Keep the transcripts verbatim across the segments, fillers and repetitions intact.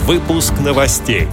Выпуск новостей.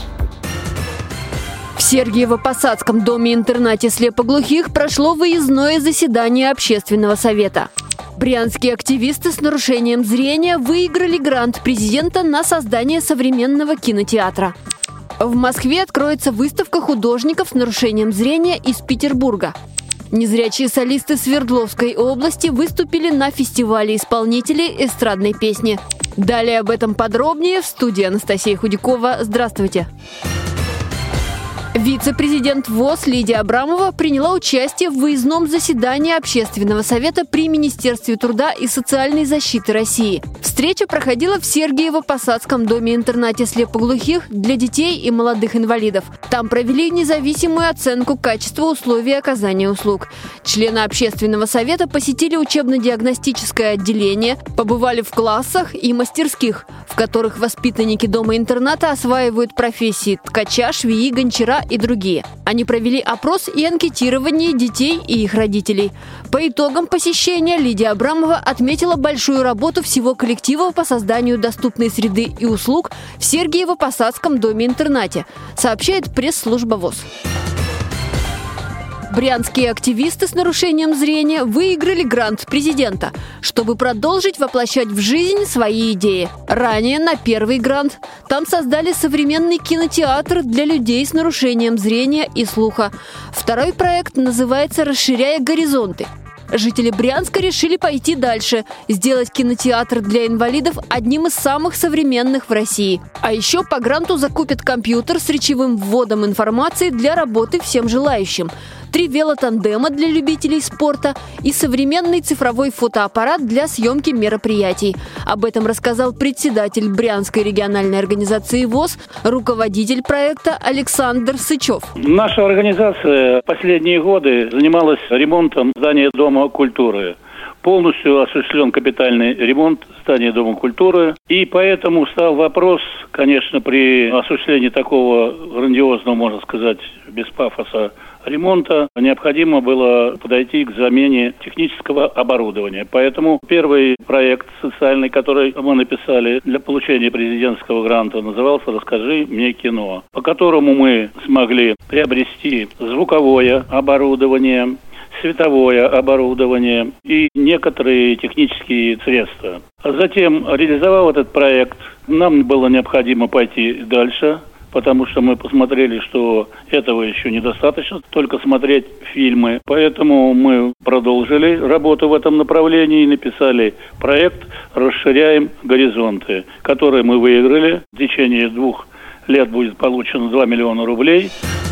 В Сергиево-Посадском доме-интернате слепоглухих прошло выездное заседание общественного совета. Брянские активисты с нарушением зрения выиграли грант президента на создание современного кинотеатра. В Москве откроется выставка художников с нарушением зрения из Петербурга. Незрячие солисты Свердловской области выступили на фестивале исполнителей эстрадной песни. Далее об этом подробнее в студии Анастасия Худякова. Здравствуйте! Вице-президент ВОС Лидия Абрамова приняла участие в выездном заседании Общественного совета при Министерстве труда и социальной защиты России. Встреча проходила в Сергиево-Посадском доме-интернате слепоглухих для детей и молодых инвалидов. Там провели независимую оценку качества условий оказания услуг. Члены Общественного совета посетили учебно-диагностическое отделение, побывали в классах и мастерских, в которых воспитанники дома-интерната осваивают профессии ткача, швеи, гончара и другие. Они провели опрос и анкетирование детей и их родителей. По итогам посещения Лидия Абрамова отметила большую работу всего коллектива по созданию доступной среды и услуг в Сергиево-Посадском доме-интернате, сообщает пресс-служба ВОС. Брянские активисты с нарушением зрения выиграли грант президента, чтобы продолжить воплощать в жизнь свои идеи. Ранее на первый грант там создали современный кинотеатр для людей с нарушением зрения и слуха. Второй проект называется «Расширяя горизонты». Жители Брянска решили пойти дальше, сделать кинотеатр для инвалидов одним из самых современных в России. А еще по гранту закупят компьютер с речевым вводом информации для работы всем желающим, три велотандема для любителей спорта и современный цифровой фотоаппарат для съемки мероприятий. Об этом рассказал председатель Брянской региональной организации ВОС, руководитель проекта Александр Сычев. Наша организация в последние годы занималась ремонтом здания Дома культуры. Полностью осуществлен капитальный ремонт здания Дома культуры. И поэтому стал вопрос, конечно, при осуществлении такого грандиозного, можно сказать, без пафоса, ремонта, необходимо было подойти к замене технического оборудования. Поэтому первый проект социальный, который мы написали для получения президентского гранта, назывался «Расскажи мне кино», по которому мы смогли приобрести звуковое оборудование, световое оборудование и некоторые технические средства. Затем, реализовав этот проект, нам было необходимо пойти дальше, потому что мы посмотрели, что этого еще недостаточно, только смотреть фильмы. Поэтому мы продолжили работу в этом направлении и написали проект «Расширяем горизонты», который мы выиграли. В течение двух лет будет получено два миллиона рублей.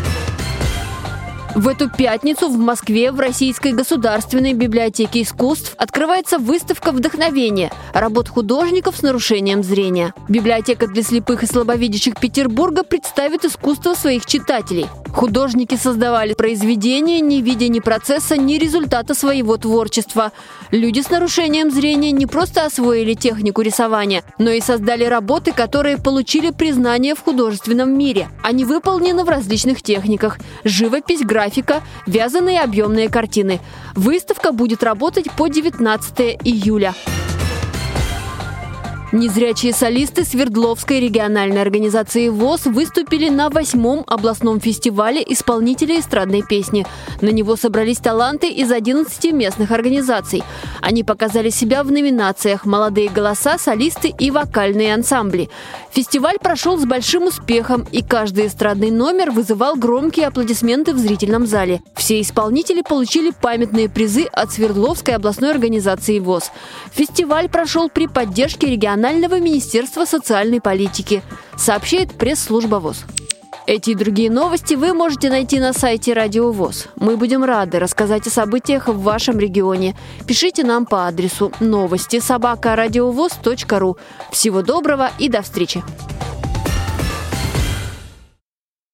В эту пятницу в Москве в Российской государственной библиотеке искусств открывается выставка «Вдохновение» работ художников с нарушением зрения. Библиотека для слепых и слабовидящих Петербурга представит искусство своих читателей. Художники создавали произведения, не видя ни процесса, ни результата своего творчества. Люди с нарушением зрения не просто освоили технику рисования, но и создали работы, которые получили признание в художественном мире. Они выполнены в различных техниках – живопись, графика, вязаные объемные картины. Выставка будет работать по девятнадцатого июля. Незрячие солисты Свердловской региональной организации ВОС выступили на восьмом областном фестивале исполнителей эстрадной песни. На него собрались таланты из одиннадцати местных организаций. Они показали себя в номинациях «Молодые голоса», «Солисты» и «Вокальные ансамбли». Фестиваль прошел с большим успехом, и каждый эстрадный номер вызывал громкие аплодисменты в зрительном зале. Все исполнители получили памятные призы от Свердловской областной организации ВОС. Фестиваль прошел при поддержке регионального Министерства социальной политики, сообщает пресс-служба ВОС. Эти и другие новости вы можете найти на сайте Радио ВОС. Мы будем рады рассказать о событиях в вашем регионе. Пишите нам по адресу новости собака радиовоз точка ру. Всего доброго и до встречи!